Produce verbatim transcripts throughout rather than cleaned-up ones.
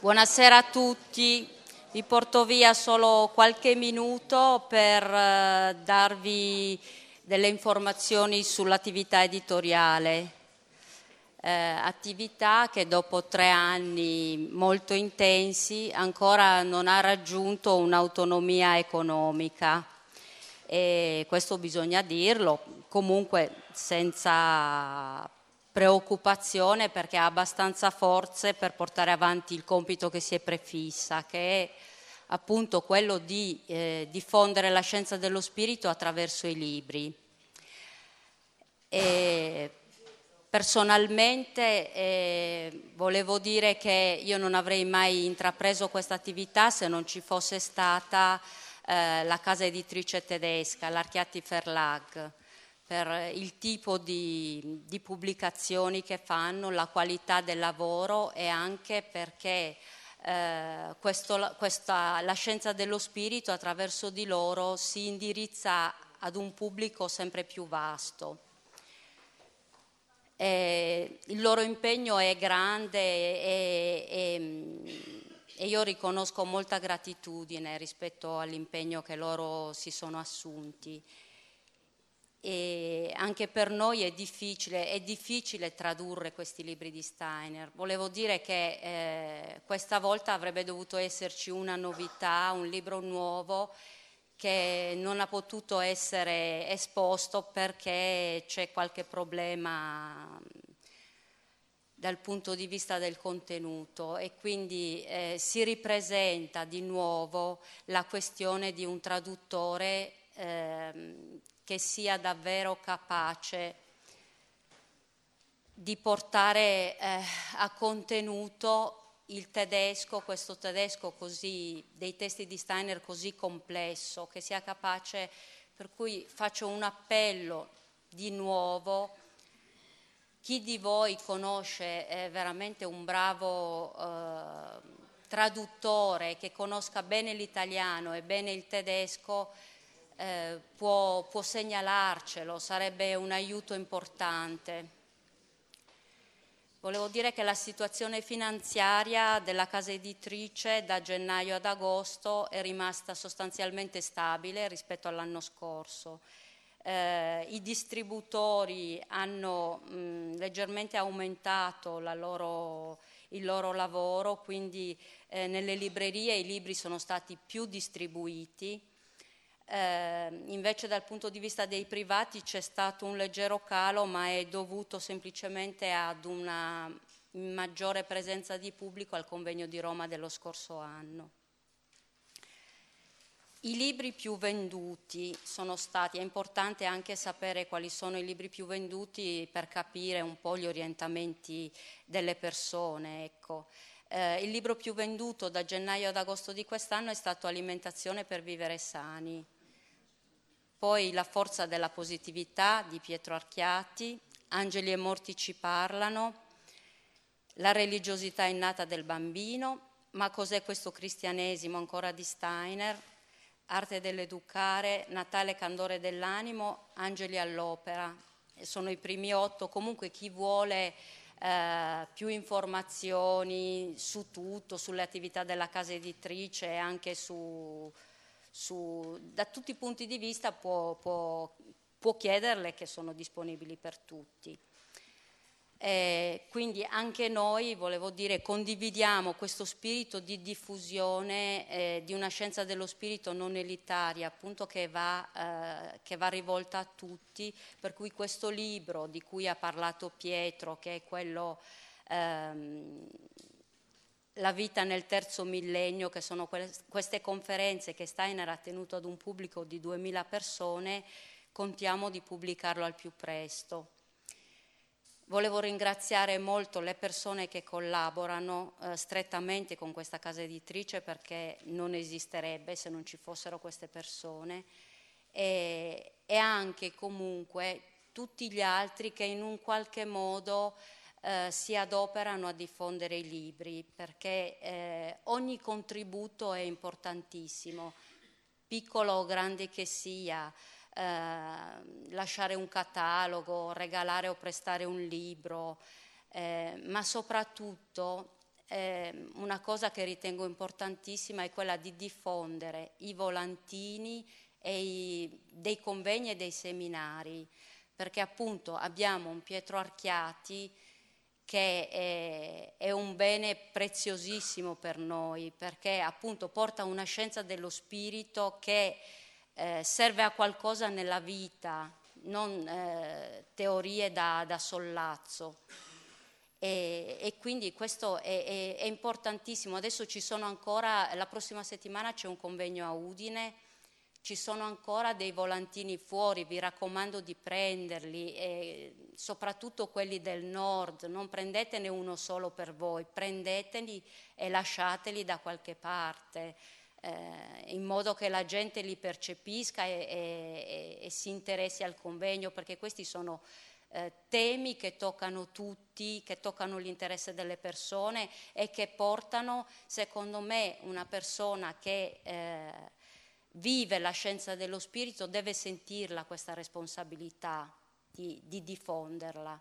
Buonasera a tutti, vi porto via solo qualche minuto per eh, darvi delle informazioni sull'attività editoriale, eh, attività che dopo tre anni molto intensi ancora non ha raggiunto un'autonomia economica e questo bisogna dirlo, comunque senza preoccupazione perché ha abbastanza forze per portare avanti il compito che si è prefissa, che è appunto quello di eh, diffondere la scienza dello spirito attraverso i libri. E personalmente eh, volevo dire che io non avrei mai intrapreso questa attività se non ci fosse stata eh, la casa editrice tedesca, l'Archiati Verlag, per il tipo di, di pubblicazioni che fanno, la qualità del lavoro e anche perché eh, questo, questa, la scienza dello spirito attraverso di loro si indirizza ad un pubblico sempre più vasto. Eh, il loro impegno è grande e, e, e io riconosco molta gratitudine rispetto all'impegno che loro si sono assunti. E anche per noi è difficile, è difficile tradurre questi libri di Steiner. Volevo dire che eh, questa volta avrebbe dovuto esserci una novità, un libro nuovo che non ha potuto essere esposto perché c'è qualche problema dal punto di vista del contenuto e quindi eh, si ripresenta di nuovo la questione di un traduttore eh, che sia davvero capace di portare eh, a contenuto il tedesco, questo tedesco così, dei testi di Steiner così complesso, che sia capace, per cui faccio un appello di nuovo. Chi di voi conosce eh, veramente un bravo eh, traduttore che conosca bene l'italiano e bene il tedesco eh, può, può segnalarcelo, sarebbe un aiuto importante. Volevo dire che la situazione finanziaria della casa editrice da gennaio ad agosto è rimasta sostanzialmente stabile rispetto all'anno scorso. Eh, I distributori hanno mh, leggermente aumentato la loro, il loro lavoro, quindi eh, nelle librerie i libri sono stati più distribuiti. Eh, invece dal punto di vista dei privati c'è stato un leggero calo, ma è dovuto semplicemente ad una maggiore presenza di pubblico al convegno di Roma dello scorso anno. I libri più venduti sono stati, è importante anche sapere quali sono i libri più venduti per capire un po' gli orientamenti delle persone, ecco. Eh, il libro più venduto da gennaio ad agosto di quest'anno è stato Alimentazione per vivere sani. Poi La forza della positività di Pietro Archiati, Angeli e morti ci parlano, La religiosità innata del bambino, Ma cos'è questo cristianesimo ancora di Steiner, Arte dell'educare, Natale candore dell'animo, Angeli all'opera. Sono i primi otto, comunque chi vuole eh, più informazioni su tutto, sulle attività della casa editrice e anche su... Su, da tutti i punti di vista può, può, può chiederle, che sono disponibili per tutti. Eh, quindi anche noi, volevo dire, condividiamo questo spirito di diffusione eh, di una scienza dello spirito non elitaria, appunto che va, eh, che va rivolta a tutti, per cui questo libro di cui ha parlato Pietro, che è quello ehm, La vita nel terzo millennio, che sono queste conferenze che Steiner ha tenuto ad un pubblico di duemila persone, contiamo di pubblicarlo al più presto. Volevo ringraziare molto le persone che collaborano eh, strettamente con questa casa editrice, perché non esisterebbe se non ci fossero queste persone, e, e anche comunque tutti gli altri che in un qualche modo Eh, si adoperano a diffondere i libri, perché eh, ogni contributo è importantissimo, piccolo o grande che sia, eh, lasciare un catalogo, regalare o prestare un libro, eh, ma soprattutto eh, una cosa che ritengo importantissima è quella di diffondere i volantini e i, dei convegni e dei seminari, perché appunto abbiamo un Pietro Archiati che è, è un bene preziosissimo per noi, perché appunto porta una scienza dello spirito che eh, serve a qualcosa nella vita, non eh, teorie da, da sollazzo. E, e quindi questo è, è, è importantissimo. Adesso ci sono ancora, la prossima settimana c'è un convegno a Udine, ci sono ancora dei volantini fuori, vi raccomando di prenderli, e soprattutto quelli del nord, non prendetene uno solo per voi, prendeteli e lasciateli da qualche parte, eh, in modo che la gente li percepisca e, e, e si interessi al convegno, perché questi sono eh, temi che toccano tutti, che toccano l'interesse delle persone e che portano, secondo me, una persona che eh, vive la scienza dello spirito deve sentirla questa responsabilità di, di diffonderla.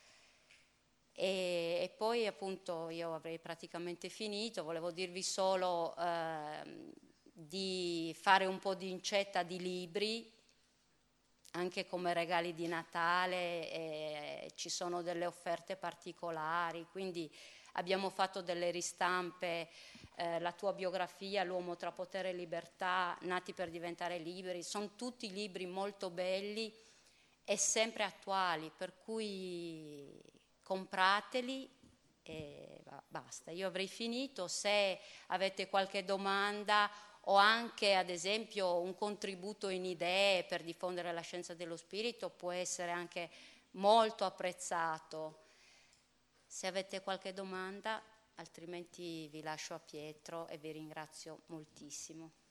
E, e poi appunto io avrei praticamente finito, volevo dirvi solo eh, di fare un po' di incetta di libri, anche come regali di Natale, e ci sono delle offerte particolari, quindi abbiamo fatto delle ristampe, eh, la tua biografia, L'uomo tra potere e libertà, Nati per diventare liberi, sono tutti libri molto belli e sempre attuali, per cui comprateli e basta. Io avrei finito, se avete qualche domanda o anche ad esempio un contributo in idee per diffondere la scienza dello spirito può essere anche molto apprezzato. Se avete qualche domanda, altrimenti vi lascio a Pietro e vi ringrazio moltissimo.